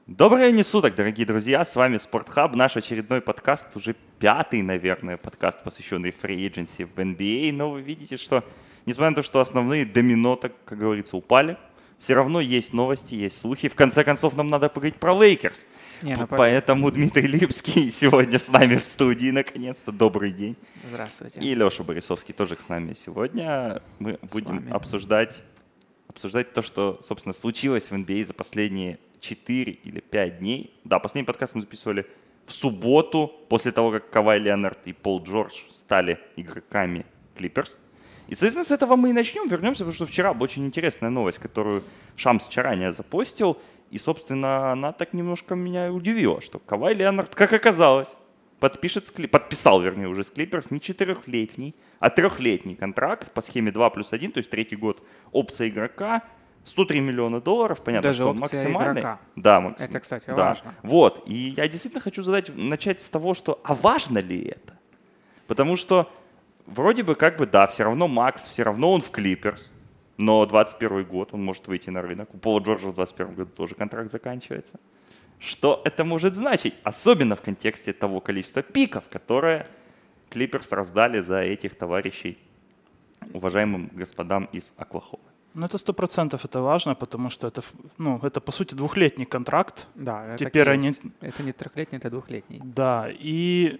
Доброе не суток, дорогие друзья, с вами Спортхаб, наш очередной подкаст, уже пятый, наверное, подкаст, посвященный free agency в NBA, но вы видите, что, несмотря на то, что основные домино, так, как говорится, упали, все равно есть новости, есть слухи, в конце концов нам надо поговорить про Лейкерс, поэтому Дмитрий Липский сегодня с нами в студии, наконец-то, добрый день. Здравствуйте. И Леша Борисовский тоже с нами сегодня, мы будем обсуждать то, что, собственно, случилось в NBA за последние 4 или 5 дней. Да, последний подкаст мы записывали в субботу, после того, как Кавай Леонард и Пол Джордж стали игроками Клиперс. И, соответственно, с этого мы и начнем, вернемся, потому что вчера была очень интересная новость, которую Шамс вчера не запостил. И, собственно, она так немножко меня удивила, что Кавай Леонард, как оказалось, подписал уже с Клиперс не 4-летний, а 3-летний контракт по схеме 2+1, то есть третий год опция игрока, $103 миллиона, понятно, даже что максимальный. Игрока. Да, это, кстати, да. важно. Вот, и я действительно хочу начать с того, что, а важно ли это? Потому что вроде бы да, все равно Макс, все равно он в Клиперс, но 21 год, он может выйти на рынок. У Пола Джорджа в 21 году тоже контракт заканчивается. Что это может значить? Особенно в контексте того количества пиков, которые Клиперс раздали за этих товарищей, уважаемым господам из Оклахомы. Ну, это 100% это важно, потому что это по сути 2-летний контракт. Да, это теперь это не 3-летний, это 2-летний. Да, и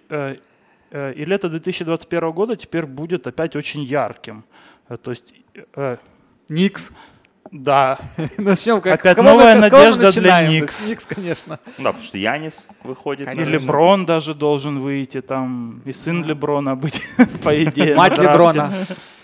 лето 2021 года теперь будет опять очень ярким. То есть... Никс. Да. Начнем опять новая надежда для Никс. Никс, конечно. Да, потому что Янис выходит. И Леброн даже должен выйти, там, и сын Леброна быть, по идее. Мать Леброна.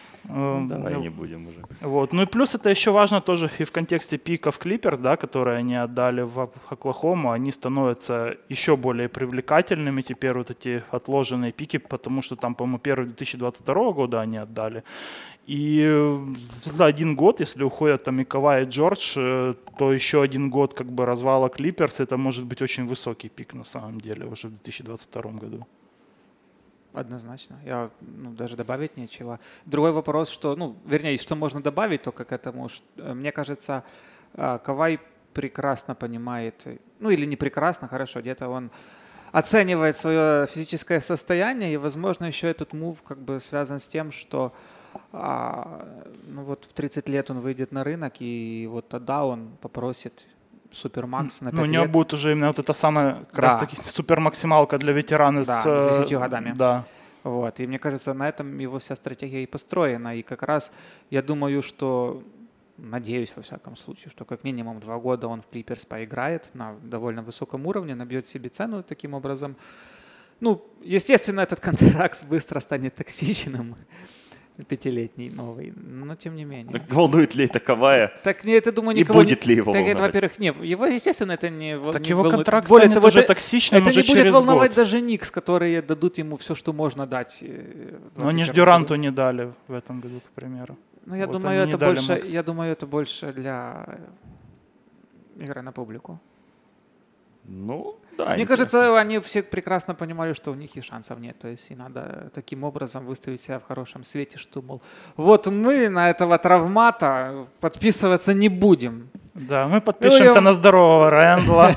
Давай не будем уже. Вот. Ну и плюс это еще важно тоже и в контексте пиков Клиперс, да, которые они отдали в Оклахому, они становятся еще более привлекательными теперь, вот эти отложенные пики, потому что там, по-моему, первый 2022 года они отдали. И за один год, если уходят там и Кавай, и Джордж, то еще один год развала Клиперс, это может быть очень высокий пик на самом деле уже в 2022 году. Однозначно. Я даже добавить нечего. Другой вопрос, что, что можно добавить только к этому. Мне кажется, Кавай прекрасно понимает, или не прекрасно, хорошо, где-то он оценивает свое физическое состояние, и, возможно, еще этот мув связан с тем, что в 30 лет он выйдет на рынок, и вот тогда он попросит супермакс на 5 лет. У него будет уже именно вот эта самая раз-таки супермаксималка для ветерана с 10 годами. Да. Вот. И мне кажется, на этом его вся стратегия и построена. И как раз я думаю, что, надеюсь, во всяком случае, что как минимум 2 года он в Клиперс поиграет на довольно высоком уровне, набьет себе цену таким образом. Естественно, этот контракт быстро станет токсичным. 5-летний новый, но тем не менее. Так волнует ли это Кавая? Так это, думаю, никого... И будет ли его волновать? Это, во-первых, нет. Его, естественно, это не... Так не его волнует. контракт станет уже токсичным это уже не через будет волновать год. даже Никс, которые дадут ему все, что можно дать. Но они же Дюранту не дали в этом году, к примеру. Я думаю, это больше для игры на публику. Да. Мне кажется, они все прекрасно понимали, что у них и шансов нет. То есть и надо таким образом выставить себя в хорошем свете, что, мол, вот мы на этого травмата подписываться не будем. Да, мы подпишемся на здорового Рэндла.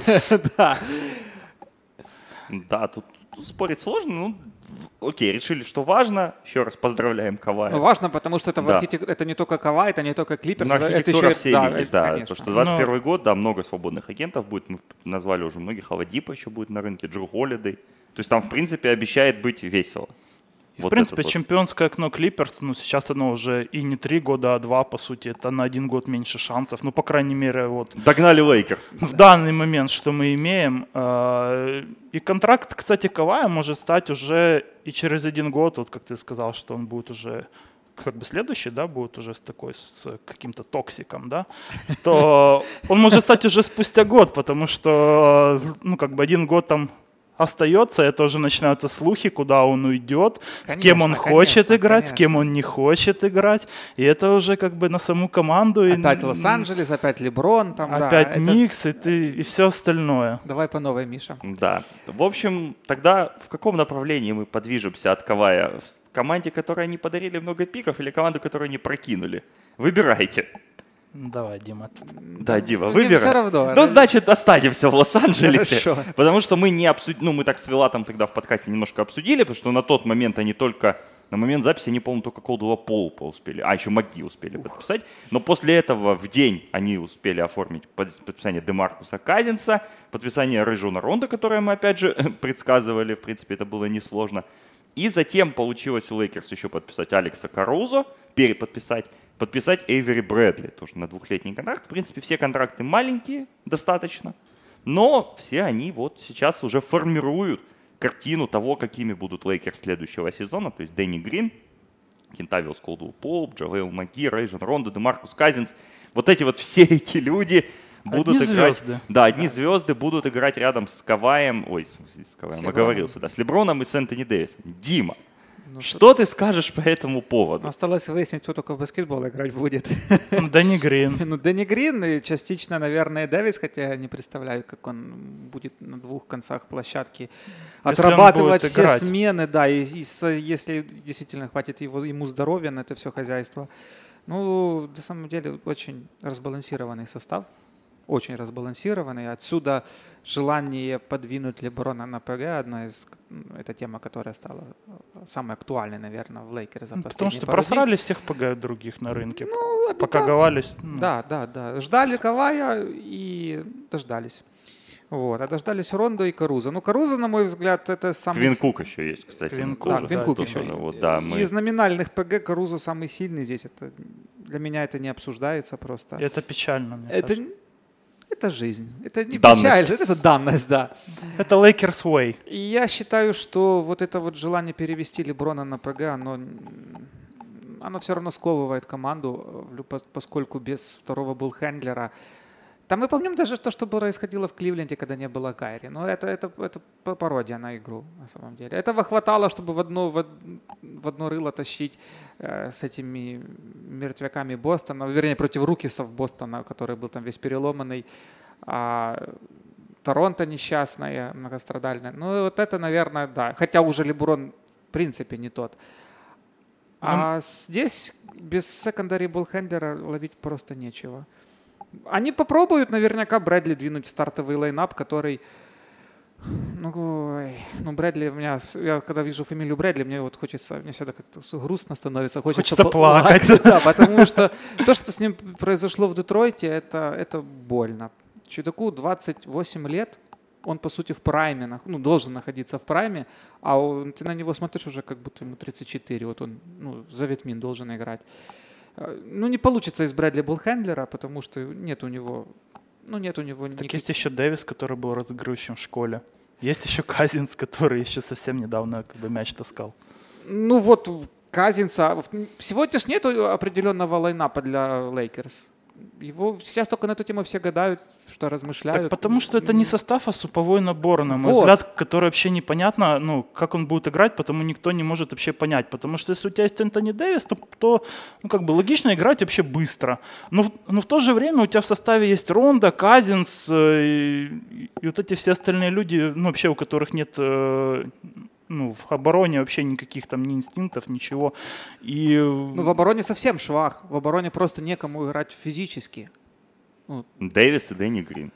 Да, тут спорить сложно. Окей, решили, что важно. Еще раз поздравляем Кавая. Важно, потому что это не только Кавай, это не только Клиперс. Архитектура всей лиги, да. То, что 21 год, да, много свободных агентов будет. Мы назвали уже многих. Аладипа еще будет на рынке, Джру Холидей. То есть там, в принципе, обещает быть весело. В принципе, чемпионское окно Клиперс, сейчас оно уже и не 3 года, а 2, по сути. Это на 1 год меньше шансов. По крайней мере, вот. Догнали Лейкерс. В данный момент, что мы имеем. И контракт, кстати, Кавая может стать уже и через 1 год, вот как ты сказал, что он будет уже следующий, да, будет уже с каким-то токсиком, да, то он может стать уже спустя год, потому что, 1 год там остается, это уже начинаются слухи, куда он уйдет, с кем он хочет играть, с кем он не хочет играть. И это уже на саму команду. Опять Лос-Анджелес, опять Леброн. Опять Никс и все остальное. Давай по новой, Миша. Да. В общем, тогда в каком направлении мы подвижемся от Кавая? В команде, которой они подарили много пиков, или команду, которую они прокинули? Выбирайте. Давай, Дима. Да, Дима, выбирай. Все равно. Ну, значит, останемся в Лос-Анджелесе. Хорошо. Потому что мы не обсудили, мы так с Вилатом тогда в подкасте немножко обсудили, потому что на тот момент они только, на момент записи, они, по-моему, только Колдуэлла Поупа успели, еще МcGee успели подписать. Но после этого в день они успели оформить подписание Демаркуса Казинса, подписание Рейджона Ронда, которое мы, опять же, предсказывали, в принципе, это было несложно. И затем получилось у Лейкерс еще подписать Алекса Карузо, подписать Эйвери Брэдли, тоже на 2-летний контракт. В принципе, все контракты маленькие достаточно, но все они вот сейчас уже формируют картину того, какими будут Лейкерс следующего сезона. То есть Дэнни Грин, Кентавиус Колдуэлл Поуп, Джавейл МcGee, Рейджон Рондо, Демаркус Казинс. Вот эти вот все эти люди будут одни играть. Звезды. Да, одни звезды будут играть рядом с Каваем. Ой, с Каваем, оговорился, да, с Леброном и с Энтони Дэвисом. Дима, что ты скажешь по этому поводу? Осталось выяснить, кто только в баскетбол играть будет. Дэнни Грин. Дэнни Грин и частично, наверное, Дэвис, хотя я не представляю, как он будет на двух концах площадки отрабатывать все играть. смены, да, и если действительно хватит ему здоровья на это все хозяйство. Ну, на самом деле, очень разбалансированный состав. Очень разбалансированный. Отсюда желание подвинуть Леброна на ПГ, это тема, которая стала самой актуальной, наверное, в Лейкерс за последние пару дней. Потому что просрали всех ПГ других на рынке, ну, пока говались. Да. Ждали Кавая и дождались. Вот. А дождались Рондо и Карузо. Ну, Карузо, на мой взгляд, это самый... Квин Кук еще есть, кстати. Квин Кук еще. Вот, да, Из номинальных ПГ Карузо самый сильный здесь. Это, для меня это не обсуждается просто. Это печально, мне кажется. Это жизнь. Это не данность. печаль, это данность, да. Это Lakers way. И я считаю, что вот это вот желание перевести Леброна на ПГ, оно все равно сковывает команду, поскольку без второго буллхендлера. Там мы помним даже то, что происходило в Кливленде, когда не было Кайри. Но это пародия на игру, на самом деле. Этого хватало, чтобы в одно рыло тащить с этими мертвяками Бостона, вернее, против рукисов Бостона, который был там весь переломанный. А Торонто несчастное, многострадальное. Ну, вот это, наверное, да. Хотя уже Леброн в принципе не тот. А здесь без секондари буллхендлера ловить просто нечего. Они попробуют наверняка Брэдли двинуть в стартовый лайнап, который... Брэдли, я когда вижу фамилию Брэдли, мне всегда как-то грустно становится. Хочется плакать. Да, потому что то, что с ним произошло в Детройте, это больно. Чудаку 28 лет, он, по сути, в прайме, должен находиться в прайме, а ты на него смотришь уже, как будто ему 34, вот он, за Ветмин должен играть. Не получится из Брэдли буллхендлера, потому что нет у него Так есть еще Дэвис, который был разыгрывающим в школе. Есть еще Казинс, который еще совсем недавно мяч таскал. Казинса. Сегодня ж нет определенного лайнапа для Лейкерс. Его сейчас только на эту тему все гадают, что размышляют. Так потому что это не состав, а суповой набор, на мой взгляд, который вообще непонятно, как он будет играть, потому никто не может вообще понять. Потому что если у тебя есть Энтони Дэвис, то логично играть вообще быстро. Но в то же время у тебя в составе есть Рондо, Казинс и вот эти все остальные люди, вообще у которых нет... в обороне вообще никаких там ни инстинктов, ничего. И... в обороне совсем швах. В обороне просто некому играть физически. Дэвис и Дэнни Грин.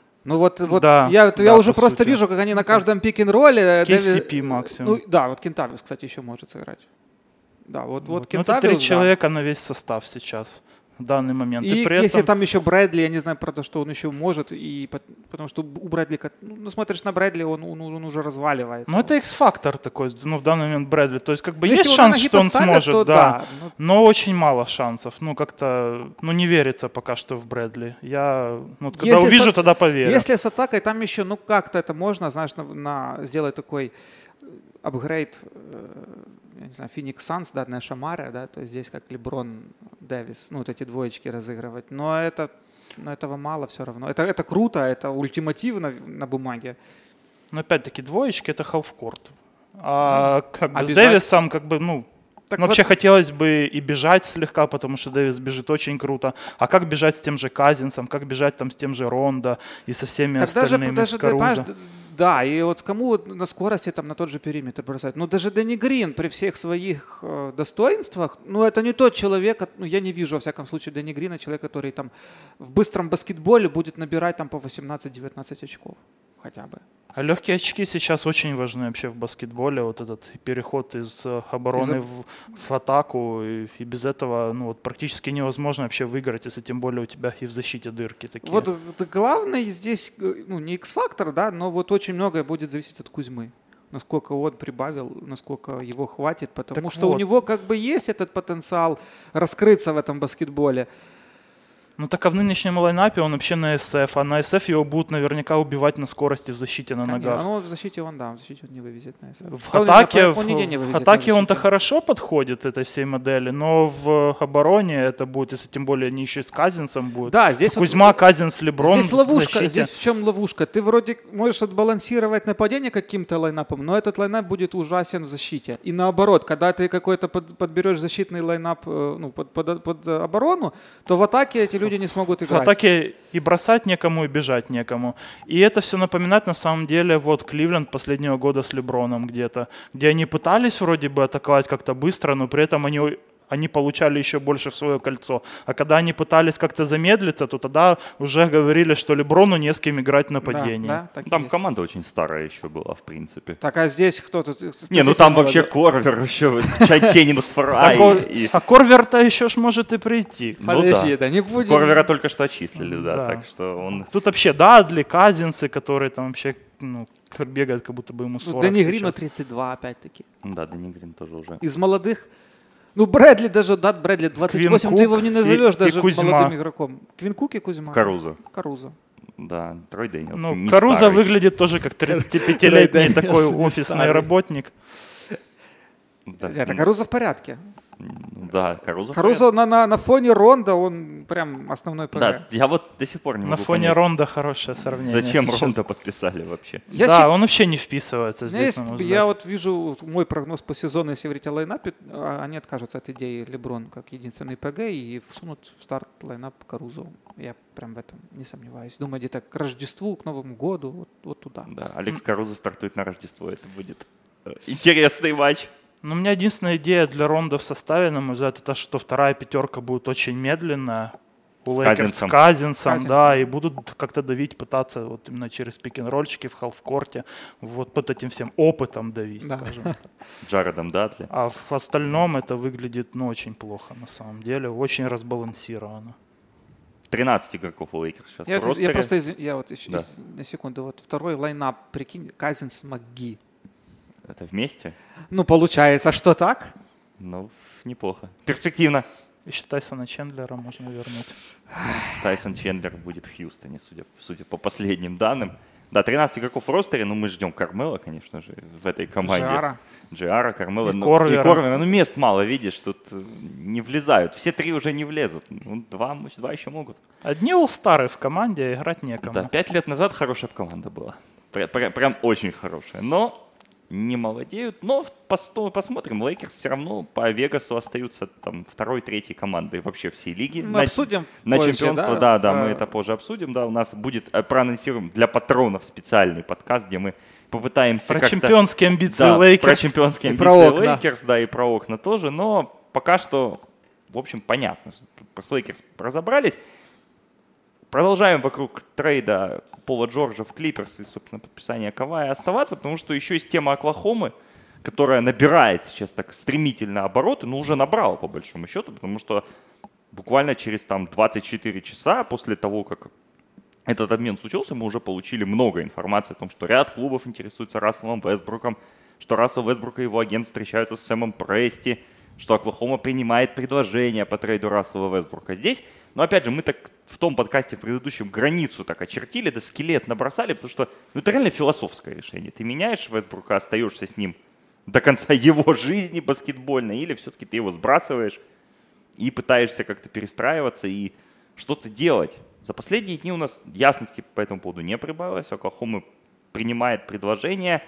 Я уже просто вижу, как они на каждом пик-н-ролле... KCP максимум. Кентавиус, кстати, еще может сыграть. Да, вот Кентавиус, это 3 человека на весь состав сейчас. В данный момент. И если там еще Брэдли, я не знаю, правда, что он еще может, потому что у Брэдли, смотришь на Брэдли, он уже разваливается. Это X-фактор такой, в данный момент Брэдли. То есть есть шанс, что он сможет, да. Но очень мало шансов. Как-то, не верится пока что в Брэдли. Я, когда увижу, тогда поверю. Если с атакой, там еще, как-то это можно, знаешь, сделать такой апгрейд, я не знаю, Phoenix Suns, да, на Шамаре, да, то есть здесь как Леброн, Дэвис, вот эти двоечки разыгрывать. Но этого мало все равно. Это круто, это ультимативно на бумаге. Но опять-таки двоечки — это half-court. А с Дэвисом вообще хотелось бы и бежать слегка, потому что Дэвис бежит очень круто. А как бежать с тем же Казинсом, как бежать там с тем же Рондо и со всеми остальными, с Карузо? Да, и вот кому на скорости там на тот же периметр бросать? Ну даже Дэнни Грин при всех своих достоинствах, ну это не тот человек, ну я не вижу во всяком случае Дэнни Грина, человек, который там в быстром баскетболе будет набирать там по 18-19 очков хотя бы. А легкие очки сейчас очень важны вообще в баскетболе. Вот этот переход из обороны в атаку. И без этого ну, вот, практически невозможно вообще выиграть, если тем более у тебя и в защите дырки такие. Вот главное здесь, ну не X-фактор, да, но вот очень многое будет зависеть от Кузьмы. Насколько он прибавил, насколько его хватит. Потому так что вот. У него как бы есть этот потенциал раскрыться в этом баскетболе. Ну так а в нынешнем лайнапе он вообще на СФ, а на СФ его будут наверняка убивать на скорости в защите на ногах. Ну в защите он не вывезет на СФ. В атаке он-то хорошо подходит этой всей модели, но в обороне это будет, если тем более они еще и с Казинсом будут. Да, здесь Кузьма, вот, Казинс, Леброн. Здесь ловушка, здесь в чем ловушка? Ты вроде можешь отбалансировать нападение каким-то лайнапом, но этот лайнап будет ужасен в защите. И наоборот, когда ты какой-то подберешь защитный лайнап ну, под оборону, то в атаке эти люди не смогут играть. В атаке и бросать некому, и бежать некому. И это все напоминает на самом деле вот Кливленд последнего года с Леброном где-то, где они пытались вроде бы атаковать как-то быстро, но при этом они получали еще больше в свое кольцо. А когда они пытались как-то замедлиться, то тогда уже говорили, что Леброну не с кем играть в нападении. Да, там команда очень старая еще была, в принципе. Так, а здесь кто-то... Не, ну там вообще Корвер, еще Ченнинг Фрай. А Корвер-то еще ж может и прийти. Подожди, да не будем. Корвера только что отчислили, да, так что он... Тут вообще Дадли, Казинсы, которые там вообще... Ну, бегают, как будто бы ему 40 Дэнни Грину 32, опять-таки. Да, Дэнни Грин тоже уже. Из молодых... Ну, Брэдли даже, да, Брэдли 28, ты его не назовешь даже молодым игроком. Квин Кук и Кузьма. Карузо. Да, Трой Дэниелс. Ну, Карузо выглядит тоже как 35-летний такой офисный работник. Это Карузо в порядке. Да, Карузо на фоне Ронда, он прям основной ПГ. Да, я вот до сих пор не могу На фоне понять, Ронда хорошее сравнение. Зачем Ронда подписали вообще? Он вообще не вписывается здесь, на мой взгляд. Я вот вижу мой прогноз по сезону, если говорить о лайнапе, они откажутся от идеи Леброн как единственный ПГ и всунут в старт лайнап Карузо. Я прям в этом не сомневаюсь. Думаю, где-то к Рождеству, к Новому году, вот туда. Да, Алекс Карузо стартует на Рождество, это будет интересный матч. Ну, у меня единственная идея для Ронда в составе, на мой взгляд, это что вторая пятерка будет очень медленная. С Казинсом, да, и будут как-то давить, пытаться вот именно через пик-н-ролльчики в халфкорте, вот под этим всем опытом давить, да. скажем так. Джаредом Дадли. А в остальном это выглядит, ну, очень плохо, на самом деле, очень разбалансировано. 13 игроков у Лейкерс сейчас в ростере. Я просто, на секунду, вот второй лайнап, прикинь, Казинс, МакГи. Это вместе? Ну, получается, что так? Ну, неплохо. Перспективно. Еще Тайсона Чендлера можно вернуть. Тайсон Чендлер будет в Хьюстоне, судя по последним данным. Да, 13 игроков в ростере, но мы ждем Кармела, конечно же, в этой команде. Джиара, Кармела и Корвера. Ну, мест мало, видишь, тут не влезают. Все три уже не влезут. Ну, два еще могут. Одни all-стары в команде, играть некому. Да, 5 лет назад хорошая команда была. Прям очень хорошая. Но не молодеют, но посмотрим. Лейкерс все равно по Вегасу остаются там второй, третьей командой вообще всей лиги. Мы обсудим на позже, чемпионство, да, мы это позже обсудим. Да, у нас будет, проанонсируем для патронов специальный подкаст, где мы попытаемся про чемпионские амбиции Лейкерс. Про чемпионские амбиции Лейкерс, да, и про окна тоже. Но пока что, в общем, понятно. С Лейкерс разобрались. Продолжаем вокруг трейда Пола Джорджа в Клиперс и, собственно, подписания Кавая оставаться, потому что еще есть тема Оклахомы, которая набирает сейчас так стремительно обороты, но уже набрала по большому счету, потому что буквально через там 24 часа после того, как этот обмен случился, мы уже получили много информации о том, что ряд клубов интересуются Расселом Вестбруком, что Рассел Вестбрук и его агент встречаются с Сэмом Прести, что Оклахома принимает предложение по трейду Рассела Вестбрука здесь. Но опять же, мы так в том подкасте в предыдущем границу так очертили, да скелет набросали, потому что это реально философское решение. Ты меняешь Вестбрука, остаешься с ним до конца его жизни баскетбольной, или все-таки ты его сбрасываешь и пытаешься как-то перестраиваться и что-то делать. За последние дни у нас ясности по этому поводу не прибавилось. Оклахома принимает предложения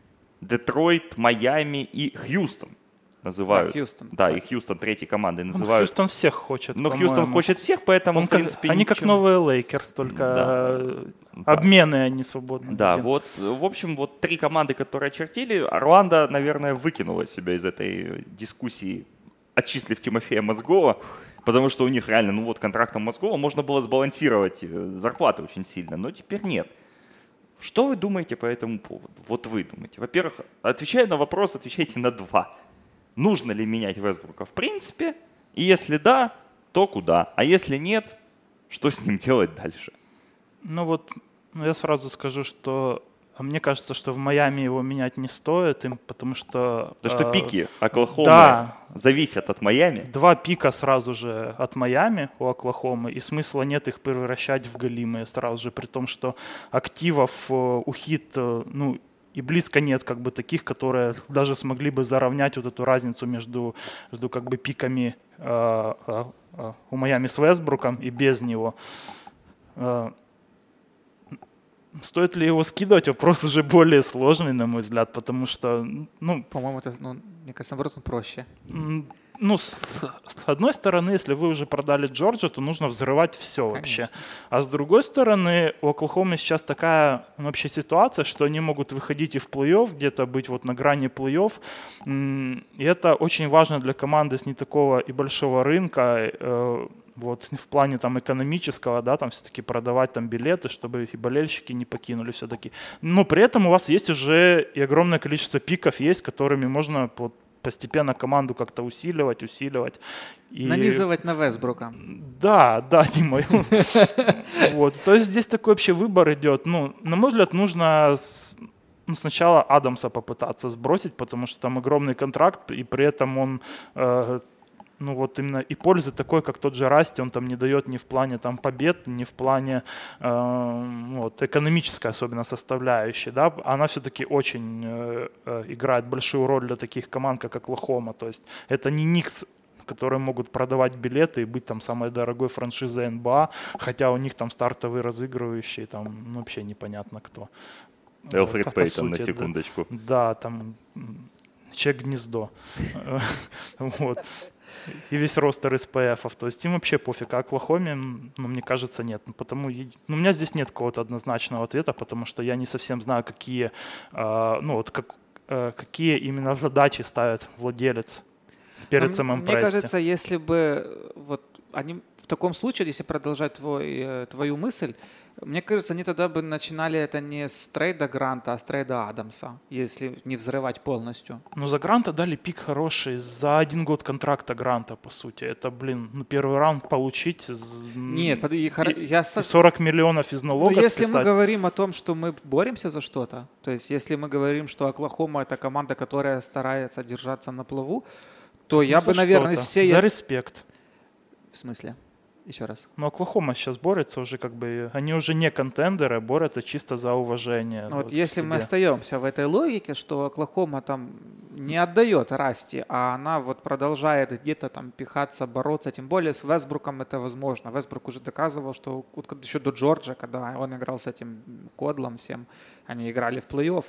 Детройт, Майами и Хьюстон. Называют. Хьюстон, да, и Хьюстон третьей командой называют. Хьюстон всех хочет. Ну, Хьюстон хочет всех, поэтому, в принципе, они как новые Лейкерс, только Обмены, они свободные. Да, вот, в общем, вот 3 команды, которые очертили. Орландо, наверное, выкинула себя из этой дискуссии, отчислив Тимофея Мозгова, потому что у них реально, ну вот контрактом Мозгова можно было сбалансировать зарплаты очень сильно, но теперь нет. Что вы думаете по этому поводу? Вот вы думаете. Во-первых, отвечая на вопрос, отвечайте на 2. Нужно ли менять Вестбрука в принципе? И если да, то куда? А если нет, что с ним делать дальше? Ну вот, я сразу скажу, что мне кажется, что в Майами его менять не стоит, потому что... Потому что пики Оклахомы зависят от Майами. 2 пика сразу же от Майами у Оклахомы, и смысла нет их превращать в голимые сразу же, при том, что активов у Хит, ну, и близко нет как бы таких, которые даже смогли бы заровнять вот эту разницу между как бы пиками у Майами с Вестбруком и без него. Стоит ли его скидывать? Вопрос уже более сложный, на мой взгляд, потому что, ну... По-моему, это, мне кажется, наоборот, он проще. Ну, с одной стороны, если вы уже продали Джорджа, то нужно взрывать все вообще. А с другой стороны, у Оклахомы сейчас такая вообще ситуация, что они могут выходить и в плей-офф, где-то быть вот на грани плей-офф. И это очень важно для команды с не такого и большого рынка, вот в плане там экономического, да, там все-таки продавать там билеты, чтобы и болельщики не покинули все-таки. Но при этом у вас есть уже и огромное количество пиков есть, которыми можно вот постепенно команду как-то усиливать. И... Нанизывать на Вестбрука. Да, Дима. Вот. То есть здесь такой вообще выбор идет. Ну, на мой взгляд, нужно сначала Адамса попытаться сбросить, потому что там огромный контракт, и при этом он... ну вот именно и пользы такой, как тот же Расти, он там не дает ни в плане там побед, ни в плане вот, экономической особенно составляющей, да, она все-таки очень играет большую роль для таких команд, как Оклахома, то есть это не Никс, которые могут продавать билеты и быть там самой дорогой франшизой НБА, хотя у них там стартовые разыгрывающие, там ну, вообще непонятно кто. Элфрид Пейтон, на секундочку. Да, там чек-гнездо. Вот. И весь ростер СПФов. То есть им вообще пофиг. А Оклахоме, ну, мне кажется, нет. Потому, у меня здесь нет какого-то однозначного ответа, потому что я не совсем знаю, какие, ну, вот какие именно задачи ставит владелец перед самым прессе. Мне кажется, если бы вот они в таком случае, если продолжать твою мысль, мне кажется, они тогда бы начинали это не с трейда Гранта, а с трейда Адамса, если не взрывать полностью. Ну, за Гранта дали пик хороший, за 1 год контракта Гранта, по сути. Это, блин, ну, первый раунд получить. Нет, я 40 миллионов из налогов списать. Если мы говорим о том, что мы боремся за что-то, то есть если мы говорим, что Оклахома — это команда, которая старается держаться на плаву, то я бы, наверное, из всей... За респект. В смысле? Еще раз. Но Оклахома сейчас борется уже как бы, они уже не контендеры, борются чисто за уважение. Вот если мы остаемся в этой логике, что Оклахома там не отдает Расти, а она вот продолжает где-то там пихаться, бороться, тем более с Вестбруком это возможно. Вестбрук уже доказывал, что вот еще до Джорджа, когда он играл с этим Кодлом всем, они играли в плей-офф.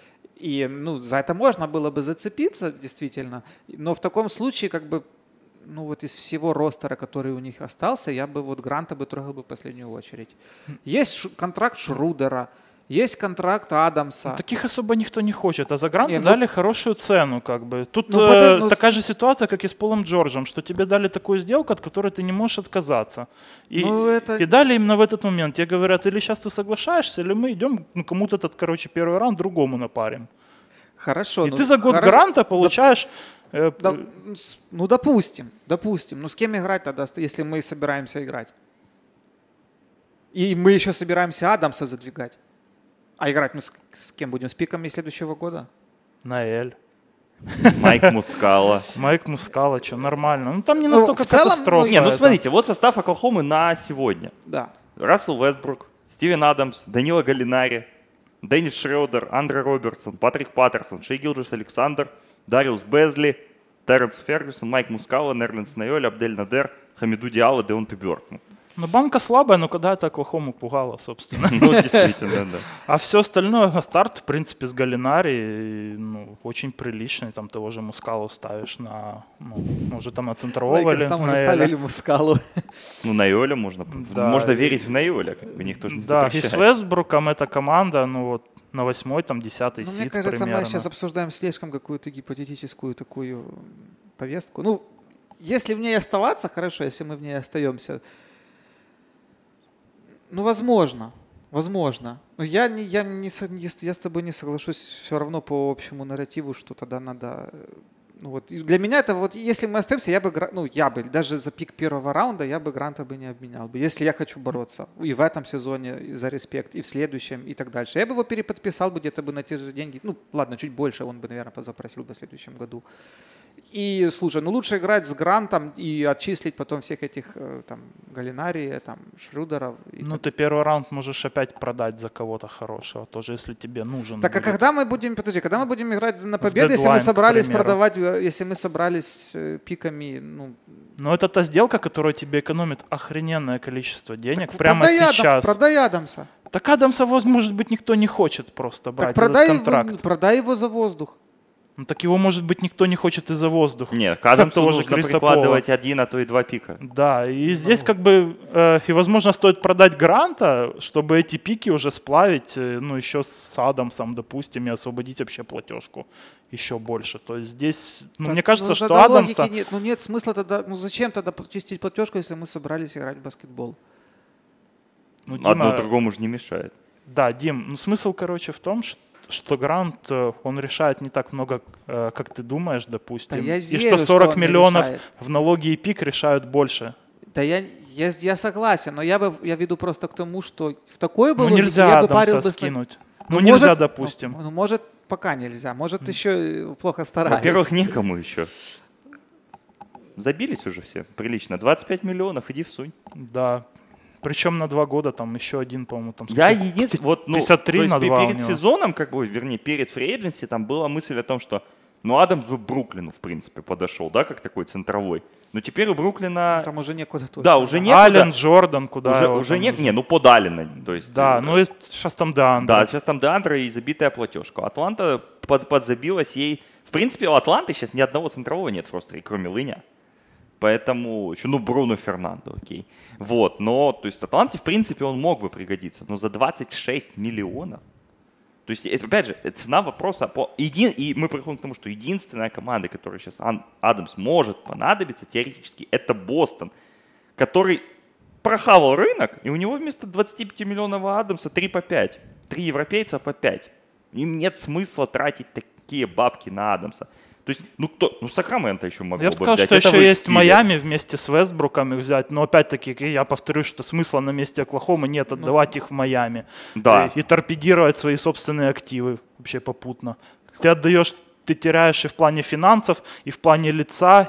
И ну, за это можно было бы зацепиться, действительно, но в таком случае как бы ну вот из всего ростера, который у них остался, я бы вот Гранта бы трогал бы в последнюю очередь. Есть контракт Шрудера, есть контракт Адамса. Ну, таких особо никто не хочет, а за Гранта дали хорошую цену как бы. Тут такая же ситуация, как и с Полом Джорджем, что тебе дали такую сделку, от которой ты не можешь отказаться. И дали именно в этот момент. Тебе говорят, или сейчас ты соглашаешься, или мы идем, ну, кому-то этот, короче, первый раунд другому напарим. Хорошо. И ты за год Гранта получаешь... Ну, допустим. Ну, с кем играть тогда, если мы собираемся играть? И мы еще собираемся Адамса задвигать. А играть мы с кем будем? С пиками следующего года? Наэль. Майк Мускала. Майк Мускала, что, нормально. Ну, там не настолько катастрофа. Не, ну, смотрите, вот состав Оклахомы на сегодня. Да. Рассел Вестбрук, Стивен Адамс, Данило Галлинари, Деннис Шредер, Андре Робертсон, Патрик Паттерсон, Шей Гилджес-Александр, Дариус Безли, Терренс Фергюсон, Майк Мускала, Нерлинс Найоль, Абдель Надер, Хамиду Диалло, Деонте Бёртон. Ну, банка слабая, но когда это Оклахому пугало, собственно. Ну, действительно, да. А все остальное, старт, в принципе, с Галлинари, ну, очень приличный. Там того же Мускалу ставишь на, ну, уже там на центрового или Лейкерс там уже ставили Мускалу. Ну, Найоля можно. Да. Можно верить в Найоля, как бы никто же не Да, и запрещает. с Вестбруком эта команда, ну, вот на 8-й, там 10-й Ну, сид мне кажется, примерно. мы сейчас обсуждаем слишком какую-то гипотетическую такую повестку. Ну, если в ней оставаться, хорошо, если мы в ней остаемся. Ну, возможно. Но я с тобой не соглашусь все равно по общему нарративу, что тогда надо... Ну, вот, для меня это вот, если мы остаемся, я бы даже за пик первого раунда я бы Гранта бы не обменял бы, если я хочу бороться и в этом сезоне за респект, и в следующем, и так дальше. Я бы его переподписал бы где-то бы на те же деньги. Ну, ладно, чуть больше он бы, наверное, запросил бы в следующем году. И, слушай, ну лучше играть с Грантом и отчислить потом всех этих там Галлинари, там Шрудеров. Ну, ты первый раунд можешь опять продать за кого-то хорошего, тоже если тебе нужен. Так, будет. а когда мы будем играть на победу, если дедлайн, мы собрались к примеру. продавать, если мы собрались пиками, ну... Но это та сделка, которая тебе экономит охрененное количество денег Так прямо сейчас. Продай Адамса. Так Адамса, может быть, никто не хочет просто брать Так этот контракт. продай его за воздух. Ну, так его, может быть, никто не хочет из-за воздуха. Нет, к Адамсу того же нужно Криса прикладывать 1, а то и 2 пика. Да, и здесь как бы, и возможно, стоит продать Гранта, чтобы эти пики уже сплавить, ну, еще с Адамсом, допустим, и освободить вообще платежку еще больше. То есть здесь, ну, мне кажется, что Адамса... Нет, ну, нет смысла тогда, ну, зачем тогда чистить платежку, если мы собрались играть в баскетбол? Ну, Дима, Одно другому же не мешает. Да, Дим, ну, смысл, короче, в том, что Грант, он решает не так много, как ты думаешь, допустим. Да я и верю, что 40 что он миллионов решает. в налоги и пик решают больше. Да я согласен, но я веду просто к тому, что в такой бы Ну, логике нельзя я бы Адамса парил бы... скинуть. Ну, нельзя, может, допустим. Ну, может, пока нельзя. Может, еще плохо старались. Во-первых, некому еще. Забились уже все прилично. 25 миллионов, иди всунь. Да. Причем на 2 года, там еще один, по-моему, там... Я единственный, вот, ну, 53 то есть на 2 перед сезоном, как бы, вернее, перед фри-эйдженси, там была мысль о том, что, ну, Адамс бы Бруклину, в принципе, подошел, да, как такой центровой. Но теперь у Бруклина... Там уже некуда точно. Да, уже некуда. Аллен, Джордан, куда Уже не, ну, под Аллена, то есть... Да, ну, и сейчас там Деандре. Да, сейчас там Деандре и забитая платежка. Атланта подзабилась ей... В принципе, у Атланты сейчас ни одного центрового нет в ростере, кроме Лыня. Поэтому еще, ну, Бруно Фернандо, окей. Вот, но, то есть, Атланте, в принципе, он мог бы пригодиться, но за 26 миллионов. То есть, это, опять же, цена вопроса и мы приходим к тому, что единственная команда, которая сейчас Адамс может понадобиться, теоретически, это Бостон, который прохавал рынок, и у него вместо 25 миллионов Адамса 3 по 5. 3 европейца по 5. Им нет смысла тратить такие бабки на Адамса. То есть, ну Сакраменто еще могло Я бы бы сказал, взять. что Это еще в их есть стиле. Майами вместе с Вестбруком их взять, но опять-таки я повторюсь, что смысла на месте Оклахомы нет отдавать их в Майами. Да. И торпедировать свои собственные активы вообще попутно. Ты отдаешь, ты теряешь и в плане финансов, и в плане лица,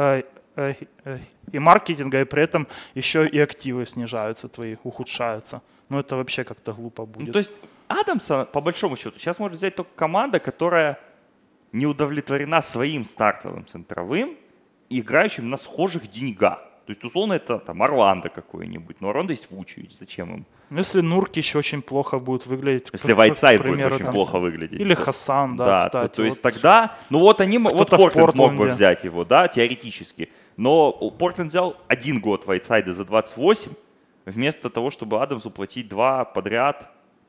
и маркетинга, и при этом еще и активы снижаются твои, ухудшаются. Ну это вообще как-то глупо будет. Ну, то есть Адамса, по большому счету, сейчас может взять только команда, которая не удовлетворена своим стартовым центровым и играющим на схожих деньгах. То есть, условно, это там Орландо какой-нибудь. Но Орландо есть Вучевич, зачем им? Ну, если Нуркич очень плохо будет выглядеть. Если Вайтсайд будет примеру, очень там, плохо выглядеть. Или Хасан, да, кстати. То есть тогда, ну вот они, вот Портленд мог бы взять его, да, теоретически. Но Портленд взял 1 год Вайтсайда за 28, вместо того, чтобы Адамсу платить 2 подряд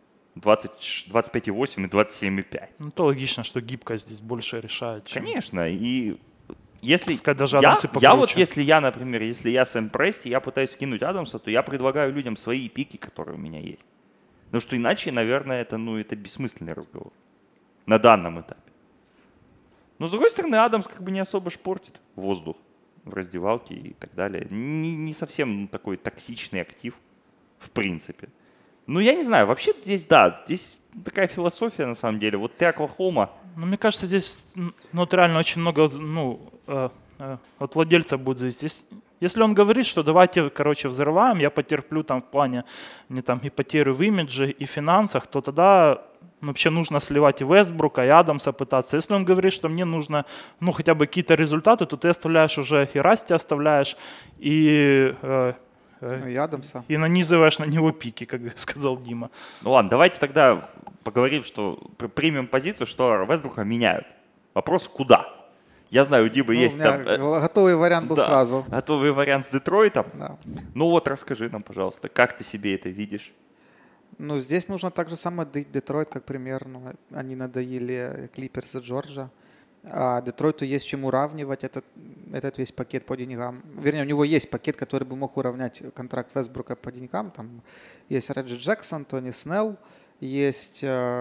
25,8 и 27,5. Ну, то логично, что гибкость здесь больше решает. Конечно, и если например, если я Сэм Прести, я пытаюсь скинуть Адамса, то я предлагаю людям свои пики, которые у меня есть. Потому что иначе, наверное, это бессмысленный разговор на данном этапе. Но, с другой стороны, Адамс как бы не особо портит воздух в раздевалке и так далее. Не совсем такой токсичный актив, в принципе. Ну, я не знаю, вообще здесь такая философия на самом деле. Вот ты Оклахома. Ну, мне кажется, здесь вот реально очень много, от владельца будет зависеть. Если он говорит, что давайте, взрываем, я потерплю там в плане и потерю в имидже, и финансах, то тогда вообще нужно сливать и Вестбрука, и Адамса пытаться. Если он говорит, что мне нужно, хотя бы какие-то результаты, то ты оставляешь уже и Расти оставляешь, и Вестбрука. И Адамса. И нанизываешь на него пики, как сказал Дима. Ну ладно, давайте тогда поговорим, что примем позицию, что Вестбрука меняют. Вопрос, куда? Я знаю, у Димы есть там... Готовый вариант был сразу. Готовый вариант с Детройтом. Да. Ну вот расскажи нам, пожалуйста, как ты себе это видишь? Ну, здесь нужно так же самое Детройт, как пример. Ну, они надоели Клиперс и Джорджа. А Детройту есть чем уравнивать этот весь пакет по деньгам. Вернее, у него есть пакет, который бы мог уравнять контракт Вестбрука по деньгам. Там есть Реджи Джексон, Тони Снелл, есть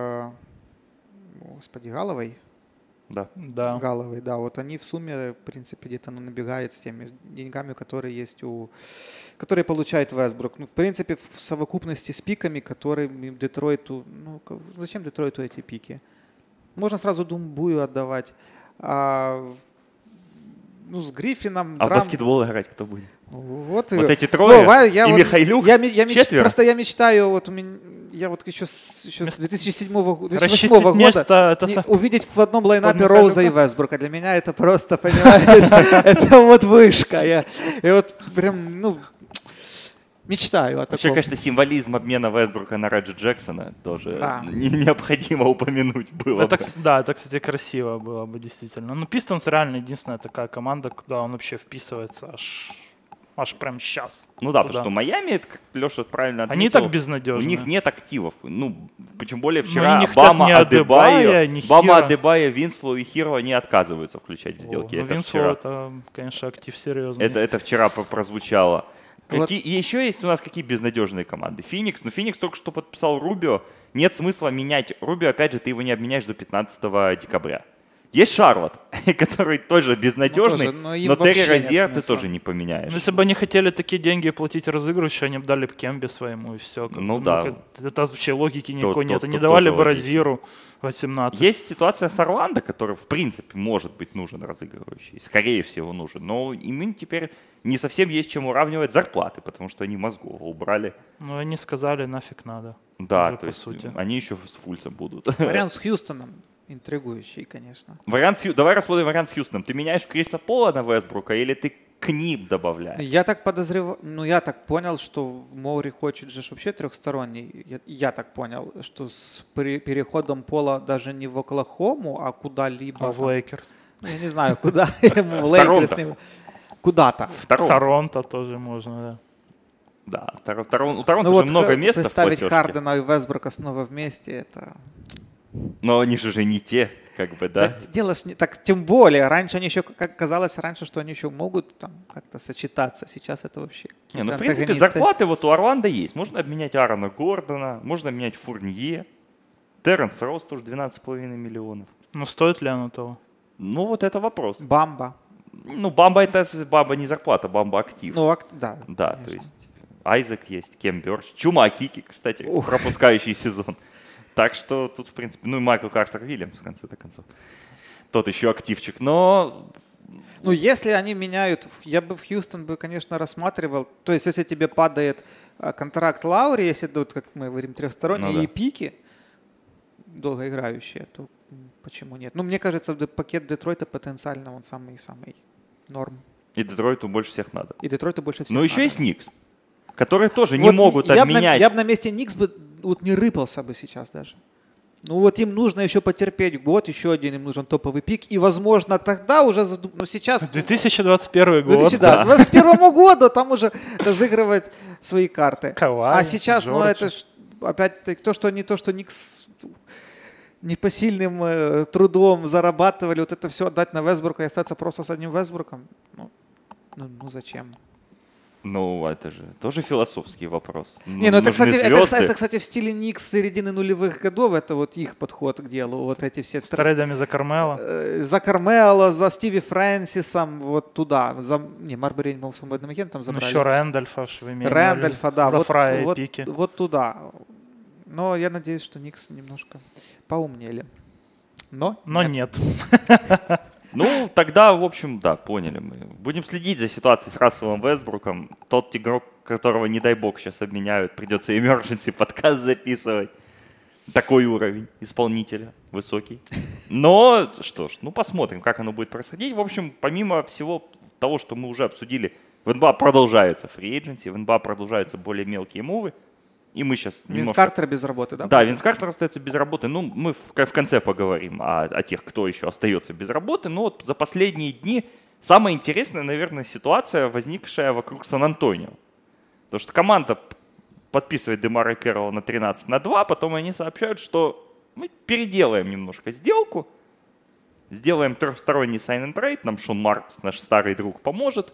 Галловей. Да. Галловей, да. Вот они в сумме, в принципе, где-то набегают с теми деньгами, которые есть которые получает Вестбрук. Ну, в принципе, в совокупности с пиками, которыми Детройту... Ну, зачем Детройту эти пики? Можно сразу Думбую отдавать. С Гриффином... А в баскетбол играть кто будет? Вот эти трое и Михайлюк? Я мечтаю, вот у меня... Я вот еще с 2007 года увидеть в одном лайнапе Роуза и Вестбрука. Для меня это просто, понимаешь, это вот вышка. Я вот прям, мечтаю о таком. Вообще, конечно, символизм обмена Вестбрука на Реджи Джексона тоже необходимо упомянуть было. Это, кстати, красиво было бы, действительно. Ну, Пистонс реально единственная такая команда, куда он вообще вписывается аж прям сейчас. Ну да, потому что Майами, как Леша правильно отметил, они так безнадежны. У них нет активов. Ну, причем более вчера Бама, Адебайо, Винслоу и Хиро не отказываются включать в сделки. Винслоу это, конечно, актив серьезный. Это вчера прозвучало. Еще есть у нас какие безнадежные команды? Феникс. Но Феникс только что подписал Рубио. Нет смысла менять Рубио. Опять же, ты его не обменяешь до 15 декабря. Есть Шарлотт, который тоже безнадежный, но Терри Розьер ты тоже не поменяешь. Если бы они хотели такие деньги платить разыгрышу, они бы дали Кембе своему и все. Да. Это вообще логики никакой нет. Они давали бы Розьеру 18. Есть ситуация с Орландо, который в принципе может быть нужен разыгрывающий. Скорее всего нужен. Но им теперь не совсем есть чем уравнивать зарплаты, потому что они мозгов убрали. Ну они сказали, нафиг надо. Да, то есть они еще с Фульцем будут. Вариант с Хьюстоном. Интригующий, конечно. Давай рассмотрим вариант с Хьюстоном. Ты меняешь Криса Пола на Вестбрука или ты к ним добавляешь? Я так подозреваю, я так понял, что Моури хочет же вообще трехсторонний. Я так понял, что с переходом Пола даже не в Оклахому, а куда-либо. А в Лейкерс. Я не знаю, куда. В Лейкерс. Куда-то. В Торонто тоже можно, да. Да, у Торонто уже много места в представить Хардена и Вестбрука снова вместе, это... Но они же не те, как бы, да? Дело ж не так, тем более. Раньше они еще, как казалось раньше, что они еще могут там как-то сочетаться. Сейчас это вообще... В принципе, зарплаты вот у Орландо есть. Можно обменять Аарона Гордона, можно обменять Фурнье. Терренс Роуз тоже 12,5 миллионов. Ну, стоит ли оно того? Ну, вот это вопрос. Бамба. Ну, Бамба не зарплата, Бамба актив. Ну, да. Да, конечно. То есть Айзек есть, Кем Бёрч, Чума Акики, кстати, пропускающий сезон. Так что тут, в принципе, и Майкл Картер Вильямс, в конце-то концов. Тот еще активчик, но... Ну, если они меняют, я бы в Хьюстон бы, конечно, рассматривал. То есть, если тебе падает контракт Лаури, если тут, как мы говорим, трехсторонние пики долгоиграющие, то почему нет? Ну, мне кажется, пакет Детройта потенциально он самый-самый норм. И Детройту больше всех надо. И Детройту больше всех надо. Но еще есть Никс, которые тоже вот не могут обменять. Я бы на месте Никс бы не рыпался бы сейчас даже. Ну вот им нужно еще потерпеть год, еще один им нужен топовый пик. И, возможно, тогда уже... Ну сейчас... 2021 год. 2021 году там уже разыгрывать свои карты. Кавай, а сейчас, Джордж. это опять то, что Никс непосильным трудом зарабатывали, вот это все отдать на Вестбрука и остаться просто с одним Вестбруком. Ну зачем? Ну, это же тоже философский вопрос. Это, кстати, в стиле Никс середины нулевых годов, это вот их подход к делу. Вот эти все... С трейдами за Кармело. За Кармело, за Стиви Фрэнсисом, вот туда. Марбери был свободным агентом забрали. Еще Рэндольфа. Рэндольфа, да. За Фрая и Пики. Вот туда. Но я надеюсь, что Никс немножко поумнели. Но нет. Ну, тогда, в общем, да, поняли мы. Будем следить за ситуацией с Расселом Вестбруком. Тот игрок, которого, не дай бог, сейчас обменяют, придется emergency подкаст записывать. Такой уровень исполнителя, высокий. Но, что ж, посмотрим, как оно будет происходить. В общем, помимо всего того, что мы уже обсудили В НБА продолжается фри-эйдженси, в НБА продолжаются более мелкие мувы. И мы сейчас Винс Картер без работы, да? Да, Винс Картер остается без работы. Ну, мы в конце поговорим о тех, кто еще остается без работы. Но вот за последние дни самая интересная, наверное, ситуация, возникшая вокруг Сан-Антонио. Потому что команда подписывает Демара Кэрролла на 13-2, потом они сообщают, что мы переделаем немножко сделку, сделаем трехсторонний sign and trade, нам Шон Маркс, наш старый друг, поможет.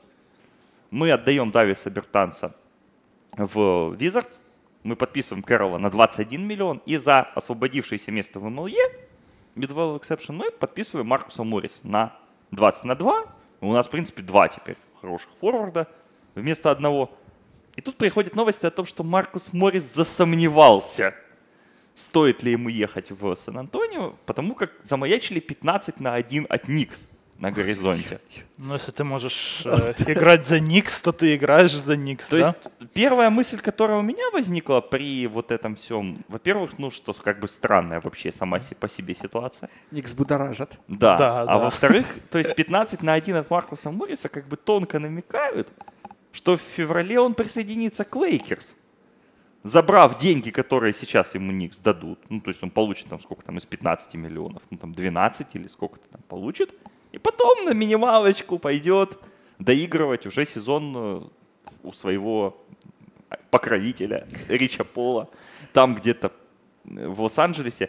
Мы отдаем Дависа Бертанса в Wizards, мы подписываем Кэрролла на 21 миллион, и за освободившееся место в МЛЕ, Mid-Level Exception, мы подписываем Маркуса Морриса на 20-2. У нас, в принципе, 2 теперь хороших форварда вместо одного. И тут приходят новости о том, что Маркус Моррис засомневался, стоит ли ему ехать в Сан-Антонио, потому как замаячили 15-1 от Никс на горизонте. Ну, если ты можешь играть за Никс, то ты играешь за Никс, да? То есть первая мысль, которая у меня возникла при вот этом всем, во-первых, ну, что как бы странная вообще сама по себе ситуация. Никс будоражат. Да. А во-вторых, то есть 15-1 от Маркуса Морриса как бы тонко намекают, что в феврале он присоединится к Лейкерс, забрав деньги, которые сейчас ему Никс дадут. Ну, то есть он получит там сколько там из 15 миллионов, ну там 12 или сколько-то там получит. И потом на минималочку пойдет доигрывать уже сезон у своего покровителя Рича Пола, там где-то в Лос-Анджелесе.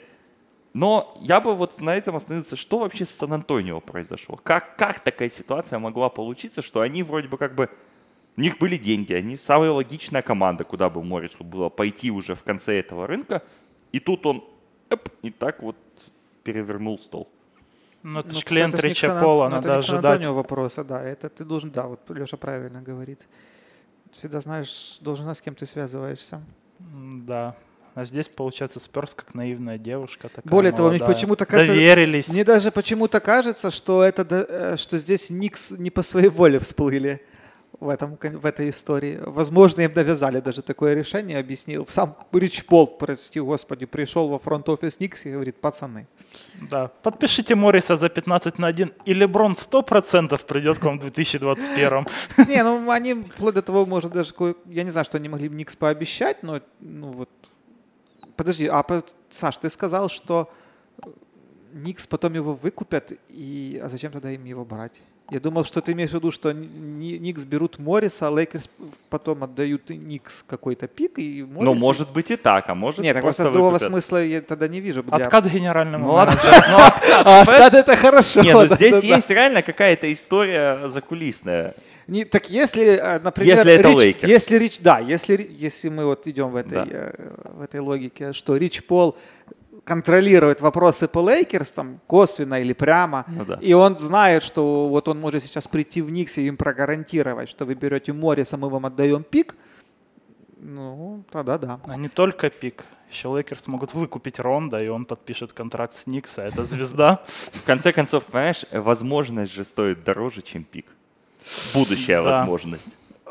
Но я бы вот на этом остановился, что вообще с Сан-Антонио произошло? Как такая ситуация могла получиться, что они вроде бы как бы... У них были деньги, они самая логичная команда, куда бы Моррису было пойти уже в конце этого рынка. И тут он и так вот перевернул стол. Ну, это же клиент Рича Пола, надо ожидать. Это не вопроса, да. Это ты должен, да, вот Леша правильно говорит. Всегда знаешь, должен знать, с кем ты связываешься. Да. А здесь, получается, Спёрс как наивная девушка такая. Более того, мне почему-то кажется, доверились. Мне даже почему-то кажется, что здесь Никс не по своей воле всплыли в этой истории. Возможно, им навязали даже такое решение, объяснил. Сам Рич Пол, прости господи, пришел во фронт-офис Никс и говорит: пацаны. Да, подпишите Морриса за 15-1, и Леброн 100% придет к вам в 2021. Не, ну они вплоть до того, может, даже, я не знаю, что они могли бы Никс пообещать, но, ну вот. Подожди, Саш, ты сказал, что Никс потом его выкупят, а зачем тогда им его брать? Я думал, что ты имеешь в виду, что Никс берут Морриса, а Лейкерс потом отдают Никс какой-то пик. И Моррис... Ну, может быть и так, а может нет, просто другого смысла я тогда не вижу. Откат генеральному менеджеру. Откат это хорошо. Нет, ну здесь есть реально какая-то история закулисная. Так если, например... Если это Лейкерс. Если мы вот идем в этой логике, что Рич Пол контролирует вопросы по Лейкерс, там, косвенно или прямо, и он знает, что вот он может сейчас прийти в Никс и им прогарантировать, что вы берете Морриса, мы вам отдаем пик, ну, тогда да. А не только пик. Еще Лейкерс могут выкупить Ронда, и он подпишет контракт с Никс, а это звезда. В конце концов, понимаешь, возможность же стоит дороже, чем пик. Будущая возможность.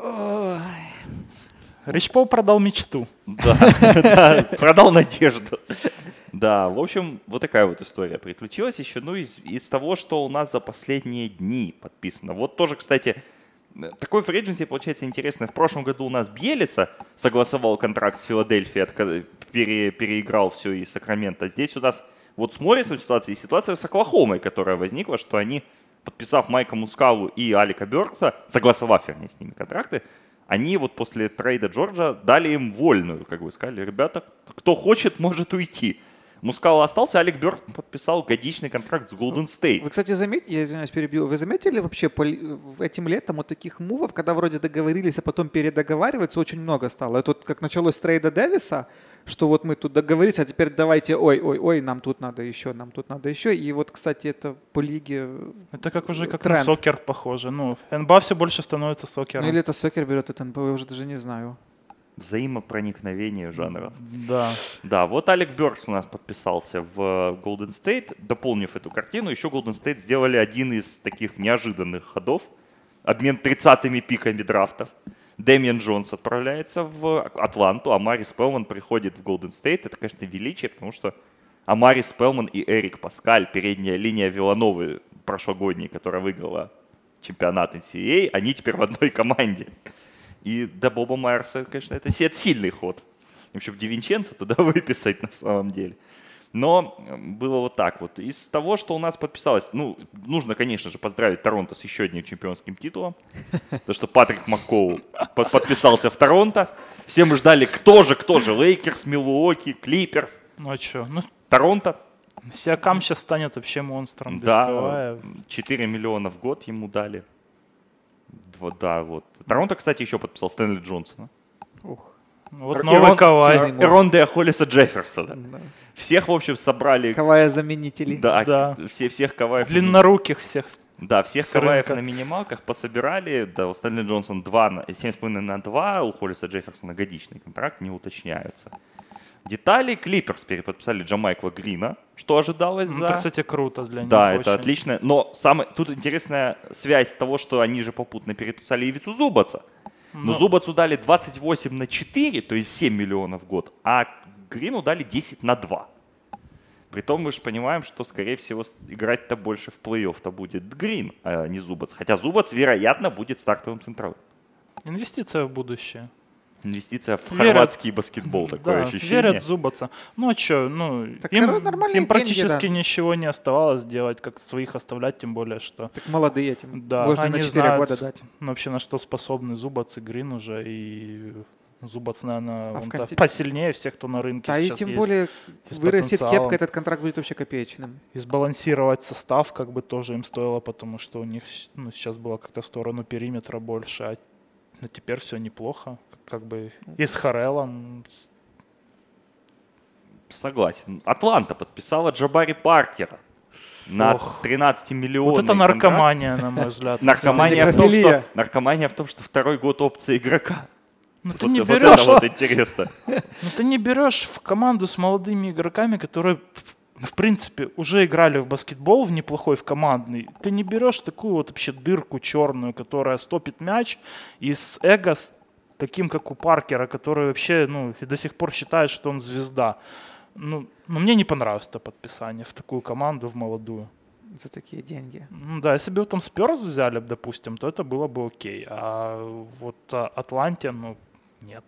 Рич Пол продал мечту. Да, продал надежду. Да, в общем, вот такая вот история приключилась еще. Ну, из того, что у нас за последние дни подписано. Вот тоже, кстати, такой фри-эйдженси получается интересный. В прошлом году у нас Бьелица согласовал контракт с Филадельфией, переиграл все из Сакрамента. Здесь у нас вот с Моррисом ситуация с Оклахомой, которая возникла, что они, подписав Майка Мускалу и Алика Бёркса, согласовав, вернее, с ними контракты, они вот после трейда Джорджа дали им вольную, как вы сказали, ребята, кто хочет, может уйти. Мускала остался, Алик Бёрк подписал годичный контракт с Golden State. Вы, кстати, заметили, я извиняюсь, перебью, вы заметили вообще этим летом вот таких мувов, когда вроде договорились, а потом передоговариваются, очень много стало. Это вот как началось с трейда Дэвиса, что вот мы тут договорились, а теперь давайте, ой, нам тут надо еще. И вот, кстати, это по лиге это как уже как тренд. На сокер похоже. Ну, НБА все больше становится сокером. Ну или это сокер берет этот НБА, я уже даже не знаю. Взаимопроникновение жанров. Да, вот Алик Бёркс у нас подписался в Golden State. Дополнив эту картину, еще Golden State сделали один из таких неожиданных ходов. Обмен 30-ми пиками драфтов. Дэмиан Джонс отправляется в Атланту, а Амари Спелман приходит в Golden State. Это, конечно, величие, потому что Амари Спелман и Эрик Паскаль, передняя линия Виллановы прошлогодней, которая выиграла чемпионат NCAA, они теперь в одной команде. И до Боба Майерса, конечно, это сильный ход. Вообще, Ди Винченцо туда выписать на самом деле. Но было вот так вот. Из того, что у нас подписалось, нужно, конечно же, поздравить Торонто с еще одним чемпионским титулом. Потому что Патрик Маккоу подписался в Торонто. Все мы ждали, кто же, Лейкерс, Милуоки, Клиперс. Ну а что? Торонто. Сиакам сейчас станет вообще монстром. Да, 4 миллиона в год ему дали. Да, вот. Торонто, кстати, еще подписал Стэнли Джонсона. Ух. Вот новый Кавай. Ронде Холлиса Джефферсона. Да. Всех, в общем, собрали. Кавая-заменителей. Да. Всех Каваев. Длинноруких всех. Да, всех Каваев на минималках пособирали. Да, у Стэнли Джонсона 7,5 на 2, у Холлиса Джефферсона годичный контракт, не уточняются. Детали. Клиперс переподписали Джамайкла Грина, что ожидалось за... Это, кстати, круто для них. Да, это отлично. Но тут интересная связь того, что они же попутно переписали Ивицу Зубаца. Но Зубацу дали 28 на 4, то есть 7 миллионов в год, а Грину дали 10 на 2. Притом мы же понимаем, что, скорее всего, играть-то больше в плей-офф-то будет Грин, а не Зубац. Хотя Зубац, вероятно, будет стартовым центровым. Инвестиция в будущее. Инвестиция в хорватский баскетбол, такое ощущение. Верят Зубаца. Ну а что, им практически ничего не оставалось делать, как своих оставлять, тем более, что... Так молодые этим. Да, можно на 4 года дать. Вообще на что способны Зубац и Грин уже, и Зубац, наверное, посильнее всех, кто на рынке сейчас есть. Да, и тем более вырастет кепка, этот контракт будет вообще копеечным. И сбалансировать состав как бы тоже им стоило, потому что у них сейчас было как-то в сторону периметра больше, но теперь все неплохо. Как бы и с Харреллом. Согласен. Атланта подписала Джабари Паркера на 13 миллионов. Вот это наркомания, на мой взгляд. Наркомания в том, что второй год опции игрока. Ну ты не берешь. Это вот интересно. Ну ты не берешь в команду с молодыми игроками, которые, в принципе, уже играли в баскетбол в неплохой, в командный. Ты не берешь такую вот вообще дырку черную, которая стопит мяч, и с эго таким, как у Паркера, который вообще, и до сих пор считает, что он звезда. Мне не понравилось это подписание в такую команду, в молодую. За такие деньги. Да, если бы там Спёрс взяли, допустим, то это было бы окей. А вот Атланте, нет.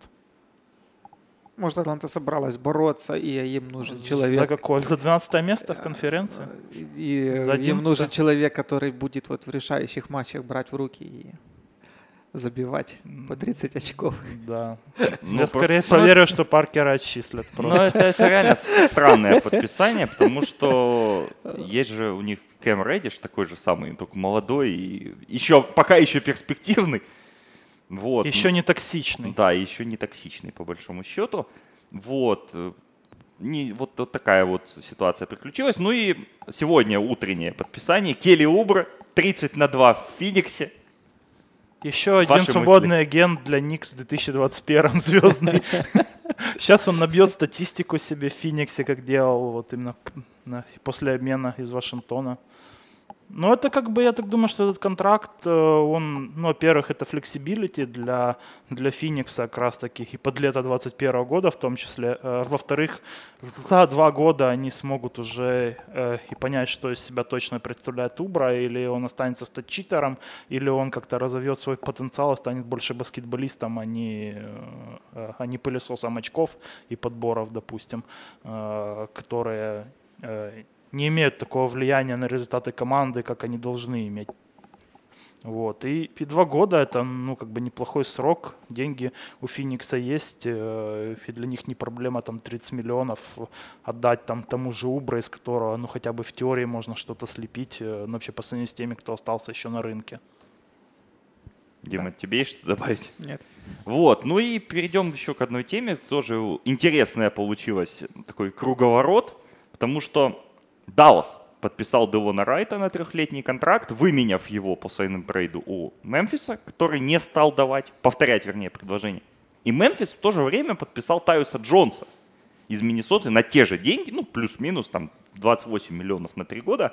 Может, Атланта собралась бороться, и им нужен человек... За какое? За 12 место в конференции? И им нужен человек, который будет вот в решающих матчах брать в руки и забивать по 30 очков. Да. Я скорее поверю, что Паркера отчислят. Но это реально странное подписание, потому что есть же у них Кэм Реддиш, такой же самый, только молодой и пока еще перспективный. Вот. Еще не токсичный. Да, еще не токсичный, по большому счету. Вот. Вот такая вот ситуация приключилась. Ну и сегодня утреннее подписание. Келли Убре 30 на 2 в Фениксе. Еще один свободный агент для Никс в 2021 звездный. Сейчас он набьет статистику себе в Фениксе, как делал вот именно после обмена из Вашингтона. Ну, это как бы, я так думаю, что этот контракт, он, во-первых, это флексибилити для Феникса как раз таки и под лето 2021 года в том числе. Во-вторых, за 2 года они смогут уже и понять, что из себя точно представляет Убра, или он останется статчитером, или он как-то разовьет свой потенциал и станет больше баскетболистом, а не пылесосом очков и подборов, допустим, которые... не имеют такого влияния на результаты команды, как они должны иметь. Вот. И 2 года это, неплохой срок. Деньги у Феникса есть, и для них не проблема 30 миллионов отдать тому же Убре, из которого, хотя бы в теории можно что-то слепить, вообще по сравнению с теми, кто остался еще на рынке. Дима, тебе есть что добавить? Нет. Вот, и перейдем еще к одной теме. Тоже интересная получилась такой круговорот, потому что Даллас подписал Делона Райта на 3-летний контракт, выменяв его по сайн-н-трейду у Мемфиса, который не стал повторять предложение. И Мемфис в то же время подписал Тайуса Джонса из Миннесоты на те же деньги, плюс-минус 28 миллионов на 3 года.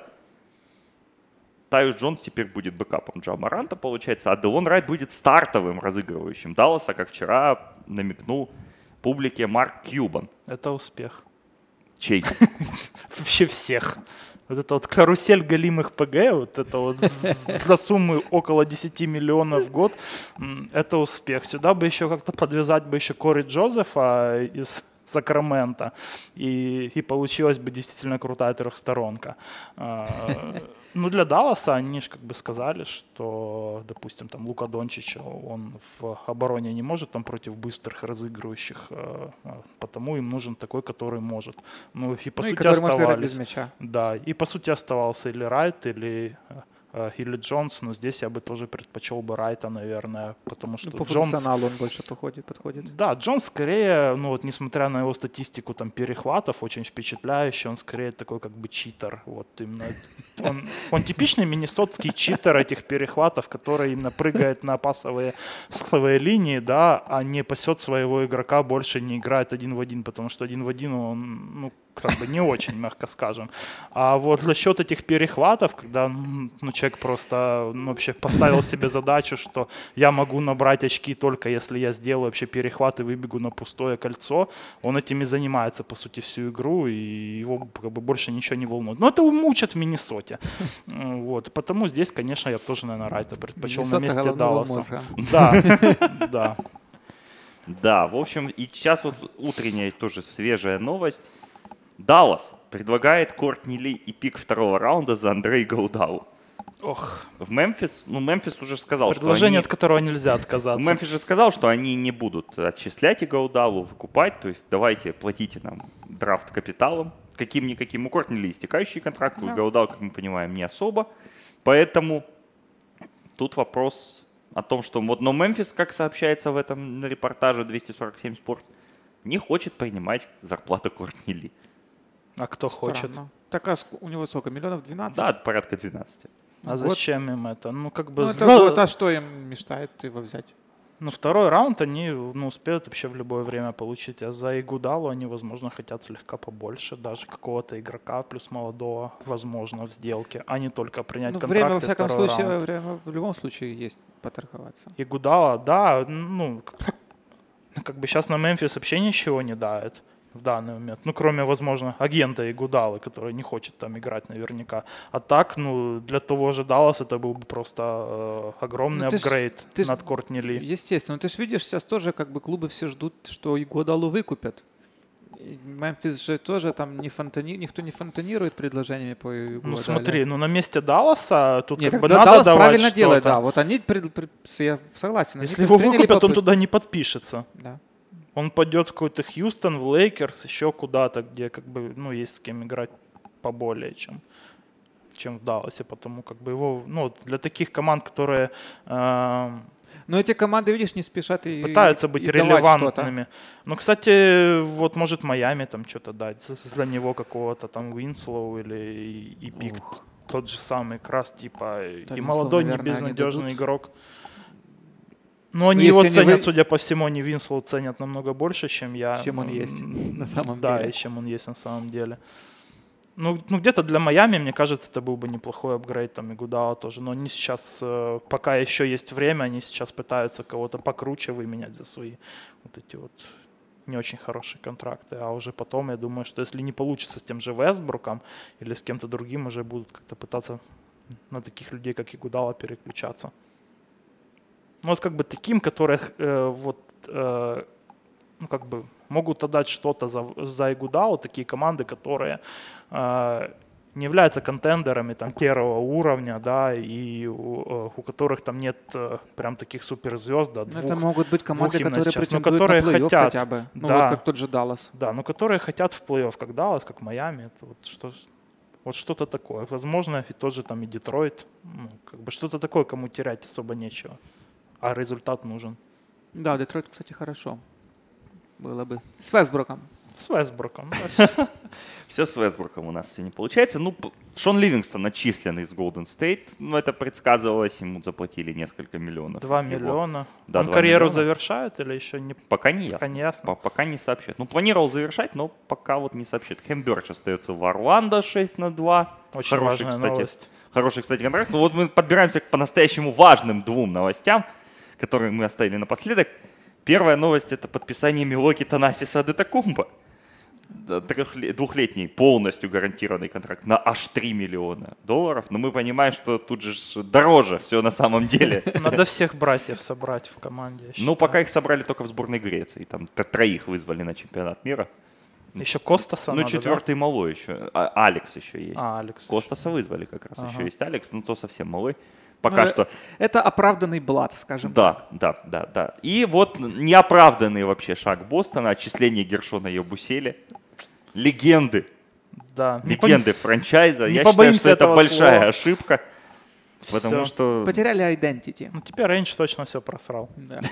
Тайус Джонс теперь будет бэкапом Джа Моранта, получается, а Делон Райт будет стартовым разыгрывающим Далласа, как вчера намекнул публике Марк Кьюбан. Это успех. Чей? Вообще всех. Вот это вот карусель голимых ПГ, вот это вот за суммы около 10 миллионов в год, это успех. Сюда бы еще как-то подвязать бы еще Кори Джозефа из Сакрамента, и получилась бы действительно крутая трехсторонка. Ну, для Далласа они же как бы сказали, что, допустим, там Лука Дончич, он в обороне не может там против быстрых разыгрывающих, потому им нужен такой, который может. Ну, и по сути оставались. Без мяча. Да, и по сути оставался или Райт, или Джонс, но здесь я бы тоже предпочел бы Райта, наверное, потому что по функционалу он больше подходит. Да, Джонс скорее, ну вот несмотря на его статистику там перехватов, очень впечатляющий, он скорее такой как бы читер. Вот именно он типичный миннесотский читер этих перехватов, который именно прыгает на пасовые силовые линии, да, а не пасет своего игрока, больше не играет 1 в 1, потому что 1 в 1 он, ну, как бы не очень, мягко скажем. А вот за счет этих перехватов, когда человек просто вообще поставил себе задачу, что я могу набрать очки только если я сделаю вообще перехват и выбегу на пустое кольцо, он этим и занимается, по сути, всю игру, и его как бы больше ничего не волнует. Но это учат в Миннесоте. Вот. Потому здесь, конечно, я тоже, наверное, Райта предпочел на месте Далласа. Да, да. Да, в общем, и сейчас вот утренняя тоже свежая новость. Даллас предлагает Кортни Ли и пик 2-го раунда за Андре Игуадалу. Ох. В Мемфис, ну, Мемфис уже сказал, предложение, от которого нельзя отказаться. Мемфис же сказал, что они не будут отчислять Игуадалу, выкупать, то есть давайте платите нам драфт капиталом, каким-никаким. У Кортни Ли истекающий контракт, у Игуадалу, как мы понимаем, не особо. Поэтому тут вопрос о том, что вот, но Мемфис, как сообщается в этом репортаже 247 Sports, не хочет принимать зарплату Кортни Ли. А кто хочет? Так а у него сколько? Миллионов 12? Да, порядка 12. А зачем им это? Ну, как бы... Ну, это год, а что им мешает его взять? Ну, 2-й раунд они успеют вообще в любое время получить. А за Игуадалу они, возможно, хотят слегка побольше. Даже какого-то игрока плюс молодого, возможно, в сделке. А не только принять контракт. Время, во всяком случае, время в любом случае есть поторговаться. Игуадала, да, ну, как бы сейчас на Мемфис вообще ничего не дает в данный момент. Ну, кроме, возможно, агента Игуадалы, который не хочет там играть наверняка. А так, ну, для того же Далласа это был бы просто огромный апгрейд над Кортни Ли. Естественно. Ты же видишь, сейчас тоже как бы клубы все ждут, что Игуадалу выкупят. Мемфис же тоже там никто не фонтанирует предложениями по Игуадале. Ну смотри, на месте Далласа тут нет, как бы надо Даллас давать правильно что-то. делает, да. Вот они, я согласен. Если его выкупят, он туда не подпишется. Да. Он пойдет в какой-то Хьюстон, в Лейкерс, еще куда-то, где как бы, ну, есть с кем играть поболее, чем в Далласе, потому как бы его, ну, для таких команд, которые... Но эти команды, видишь, не спешат и пытаются быть релевантными. Ну, кстати, вот может Майами там что-то дать за него какого-то там Уинслоу или и пик тот же самый Крас, типа, и молодой, не безнадежный игрок. Но они его ценят, судя по всему, они Винслоу ценят намного больше, чем я. Чем он есть на самом деле. Да, и чем он есть на самом деле. Ну, где-то для Майами, мне кажется, это был бы неплохой апгрейд, там, Игуадала тоже. Но они сейчас, пока еще есть время, они сейчас пытаются кого-то покруче выменять за свои вот эти вот не очень хорошие контракты. А уже потом, я думаю, что если не получится с тем же Вестбруком или с кем-то другим, уже будут как-то пытаться на таких людей, как Игуадала, переключаться. Ну, вот как бы таким, которые ну, как бы могут отдать что-то за Игуадалу, такие команды, которые не являются контендерами там первого уровня, да, и у которых там нет прям таких суперзвезд, да, это могут быть команды, которые претендуют которые на плей-офф хотят, хотя бы. Ну, да, вот как тот же Даллас. Да, но которые хотят в плей-офф, как Даллас, как Майами, это вот что-то такое. Возможно, и тоже там и Детройт, ну, как бы что-то такое, кому терять особо нечего. А результат нужен. Да, Детройт, кстати, хорошо было бы. С Вестбруком. С Вестбруком. Все с Вестбруком у нас все не получается. Ну, Шон Ливингстон отчислен из Golden State. Ну, это предсказывалось. Ему заплатили несколько миллионов. 2 миллиона. Да, он карьеру завершает или еще не? Пока не ясно. Пока не ясно. Пока не сообщает. Ну, планировал завершать, но пока вот не сообщает. Хэм Бёрч остается в Орландо 6-2. Очень хороший, важная кстати, новость. Хороший, кстати, контракт. Ну, вот мы подбираемся к по-настоящему важным двум новостям, которые мы оставили напоследок. Первая новость — это подписание Милоки Танасиса Адетокумбо. двухлетний полностью гарантированный контракт на аж $3 миллиона. Но мы понимаем, что тут же дороже все на самом деле. Надо всех братьев собрать в команде. Ну, пока их собрали только в сборной Греции. Там 3 вызвали на чемпионат мира. Еще Костаса надо, 4-й малой еще. Алекс еще есть. Алекс. Костаса вызвали как раз. Еще есть Алекс, но то совсем малой. Пока что. Это оправданный блат, скажем так. Да. И вот неоправданный вообще шаг Бостона, отчисление Гершона Ябусели. Легенды. Да. Легенды франчайза. Я считаю, что это большая ошибка. Потому что... Потеряли identity. Ну, теперь Рейндж точно все просрал.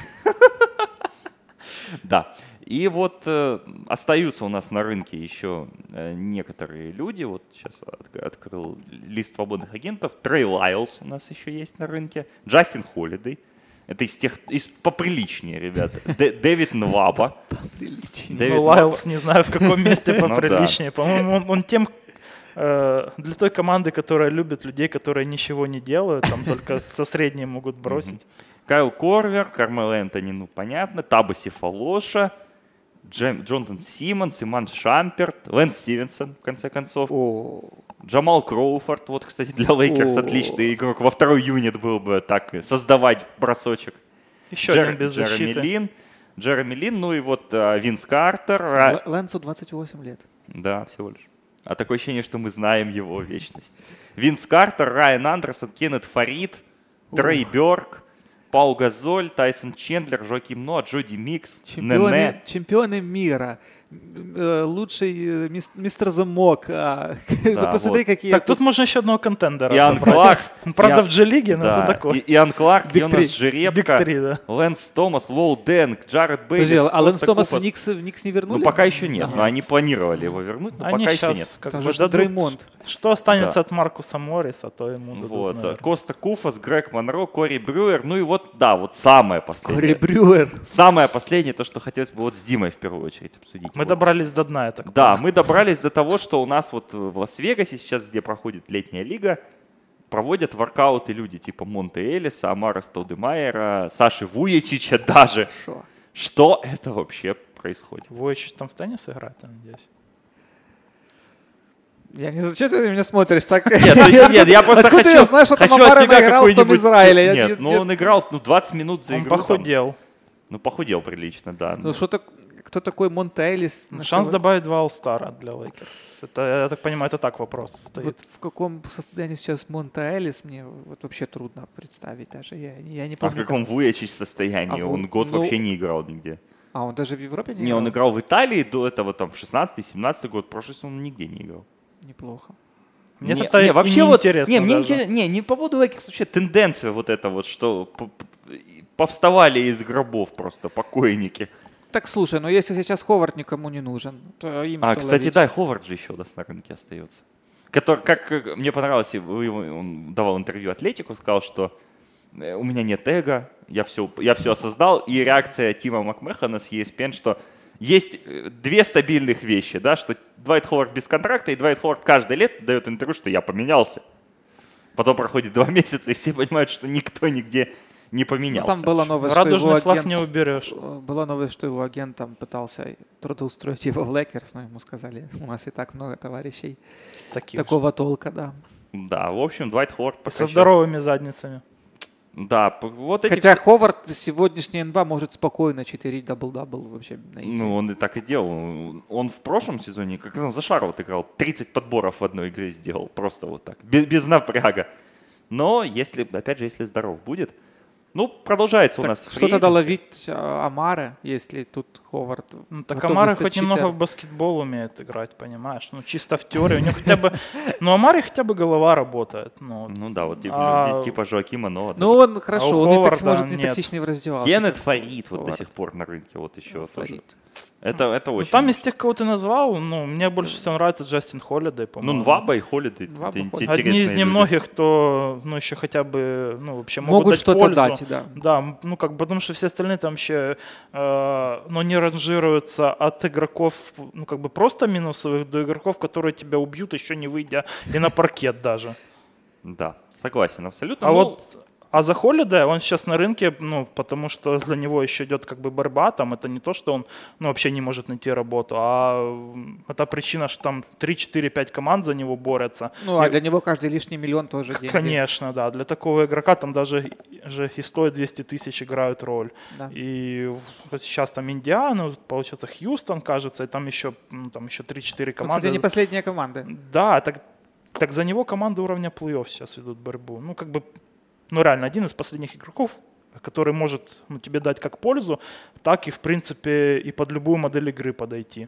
Да. И вот остаются у нас на рынке еще некоторые люди. Вот сейчас открыл лист свободных агентов. Трей Лайлс у нас еще есть на рынке. Джастин Холлидей. Это из поприличнее, ребята. Дэвид Нваба. Ну, Лайлс не знаю, в каком месте поприличнее. По-моему, он тем... Для той команды, которая любит людей, которые ничего не делают, там только со средней могут бросить. Кайл Корвер, Кармел Энтони, ну понятно. Табаси Фалоша. Джонатан Симмонс, Иман Шамперт, Лэнс Стивенсон, в конце концов. Джамал Кроуфорд, вот, кстати, для Лейкерс отличный игрок. Во второй юнит был бы так создавать бросочек. Еще один без защиты. Джереми Лин, ну и вот Винс Картер. Лэнсу 28 лет. Да, всего лишь. А такое ощущение, что мы знаем его вечность. Винс Картер, Райан Андерсон, Кеннет Фарид, Трей Бёрк, Пау Газоль, Тайсон Чендлер, Жоаким Ноа, Джоди Микс, Нене. Чемпионы мира. Лучший мистер Замок. Посмотри, какие... Так, тут можно еще одного контендера Иоанн Кларк. Правда, в G-лиге, но это такой. Иоанн Кларк, Йонас Жеребко, Лэнс Томас, Лоу Дэнк, Джаред Бейлис. А Лэнс Томас в Никс не вернули? Ну, пока еще нет. Но они планировали его вернуть, но пока еще нет. Потому что Дреймонд. Что останется от Маркуса Морриса, то ему дадут, наверное. Коста Куфас, Грег Монро, Кори Брюер. Ну и вот, да, вот самое последнее. Кори Брюер. Самое последнее, то, что хотелось бы вот с Димой в первую очередь обсудить. Мы добрались до дна, я так понимаю. Да, мы добрались до того, что у нас вот в Лас-Вегасе сейчас, где проходит летняя лига, проводят воркауты люди типа Монте Элиса, Амара Стаудемайера, Саши Вуячича даже. Что это вообще происходит? Вуячич там в теннис играет, я надеюсь? Я не знаю, что ты на меня смотришь так? Нет, я просто хочу... я знаю, что там Амар играл в том Израиле? Нет, ну он играл 20 минут за игру. Он похудел. Ну, похудел прилично, да. Ну, кто такой Монте Элис? Шанс добавить 2 All-Star для Лейкерс. Это, я так понимаю, это так вопрос стоит. Вот в каком состоянии сейчас Монте Элис, мне вот вообще трудно представить даже. Я не помню. А в каком Вуячич состоянии? Он год вообще не играл нигде. А он даже в Европе не играл? Не, он играл в Италии до этого, там, в 16-17 год. В прошлый сезон он нигде не играл. Неплохо. Мне это вообще вот, интересно. Мне интересно, не по поводу Лейкерс, вообще тенденция вот эта вот, что повставали из гробов просто покойники. Так, слушай, но если сейчас Ховард никому не нужен, то им что кстати, ловить? да, Ховард же еще у нас на рынке остается. Который, как мне понравилось, он давал интервью Атлетику, сказал, что у меня нет эго, я все осознал, и реакция Тима Макмехана с ESPN, что есть 2 стабильных вещи, да, что Двайт Ховард без контракта, и Двайт Ховард каждое лето дает интервью, что я поменялся. Потом проходит 2 месяца, и все понимают, что никто нигде не поменялся. Ну, там была новость, радужный что флаг агент, не уберешь. Была новость, что его агент там пытался трудоустроить его в Лейкерс, но ему сказали, у нас и так много товарищей такого толка, да. Да, в общем, Двайт Ховард со здоровыми задницами. Да, вот эти Хотя Ховард сегодняшний НБА может спокойно читерить дабл-дабл вообще. Ну, он и так и делал. Он в прошлом сезоне, как он за Шарлотт играл, 30 подборов в одной игре сделал. Просто вот так, без напряга. Но, опять же, если здоров будет, ну, продолжается у нас. Что тогда ловить Амара, если тут Ховард... Ну, так Амара хоть немного в баскетбол умеет играть, понимаешь? Ну, чисто в теории. У него хотя бы... Ну, Амаре хотя бы голова работает. Ну да, вот типа Жоакима Ноа. Ну, он хорошо, он может не токсичный в раздевалке. Кеннет Фарид вот до сих пор на рынке. Вот еще тоже. Это очень... Там из тех, кого ты назвал, ну, мне больше всего нравится Джастин Холлидей, по-моему. Ну, Нваба и Холлидей. Одни из немногих, кто, ну, еще хотя бы, ну, вообще могут дать что-то дать, да. Да, ну, как бы, потому что все остальные там вообще, ну, не ранжируются от игроков, ну, как бы просто минусовых до игроков, которые тебя убьют, еще не выйдя и на паркет даже. Да, согласен абсолютно. А вот А за Холидея он сейчас на рынке, ну, потому что для него еще идет как бы борьба, там это не то, что он, ну, вообще не может найти работу, а это причина, что там 3-4-5 команд за него борются. Ну, а для него каждый лишний миллион тоже деньги. Конечно, да, для такого игрока там даже и стоит 200 тысяч играют роль. Да. И вот сейчас там Индиана, получается Хьюстон, кажется, и там еще 3-4 команды. Ну, кстати, не последние команды. Да, так за него команды уровня плей-офф сейчас ведут борьбу. Ну, как бы, ну, реально, один из последних игроков, который может, ну, тебе дать как пользу, так и, в принципе, и под любую модель игры подойти.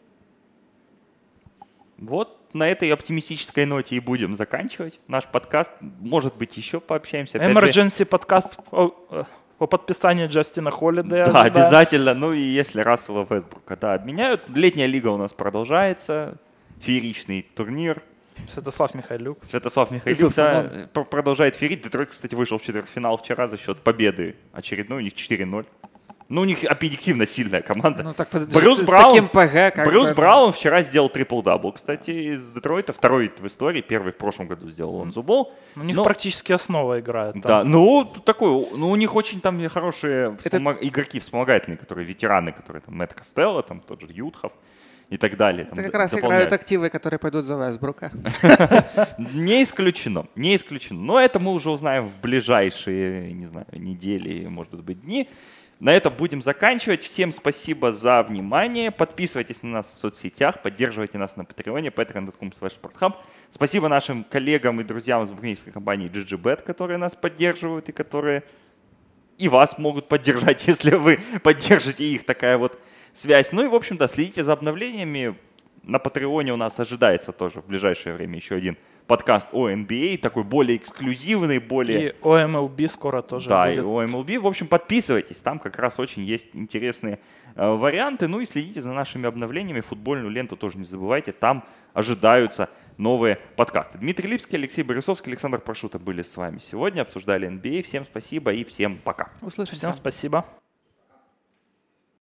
Вот на этой оптимистической ноте и будем заканчивать наш подкаст. Может быть, еще пообщаемся. Emergency подкаст по подписанию Джастина Холидея. Да, обязательно. Ну и если Рассела Вестбрука обменяют. Летняя лига у нас продолжается. Фееричный турнир. Святослав Михайлюк продолжает феерить. Детройт, кстати, вышел в четвертьфинал вчера за счет победы очередной. У них 4-0. Ну, у них объективно сильная команда. Ну, так Брюс Браун, Браун вчера сделал трипл-дабл, кстати, из Детройта. Второй в истории. Первый в прошлом году сделал Лонзо Болл. У них практически основа играет. Там. Да, ну, у них очень там хорошие игроки вспомогательные, которые ветераны, которые там Мэтт Костелло, там тот же Ютхов и так далее. Это как раз играют активы, которые пойдут за Вестбрука. Не исключено. Но это мы уже узнаем в ближайшие, не знаю, недели, может быть, дни. На этом будем заканчивать. Всем спасибо за внимание. Подписывайтесь на нас в соцсетях, поддерживайте нас на Патреоне, patreon.com/sporthub. Спасибо нашим коллегам и друзьям из букмекерской компании GGBet, которые нас поддерживают и которые и вас могут поддержать, если вы поддержите их. Такая вот связь. Ну и, в общем-то, следите за обновлениями. На Патреоне у нас ожидается тоже в ближайшее время еще один подкаст о NBA, такой более эксклюзивный, более... И о MLB скоро тоже да, будет. Да, и о MLB. В общем, подписывайтесь, там как раз очень есть интересные варианты. Ну и следите за нашими обновлениями. Футбольную ленту тоже не забывайте, там ожидаются новые подкасты. Дмитрий Липский, Алексей Борисовский, Александр Прошута были с вами сегодня, обсуждали NBA. Всем спасибо и всем пока. Услышимся. Всем спасибо.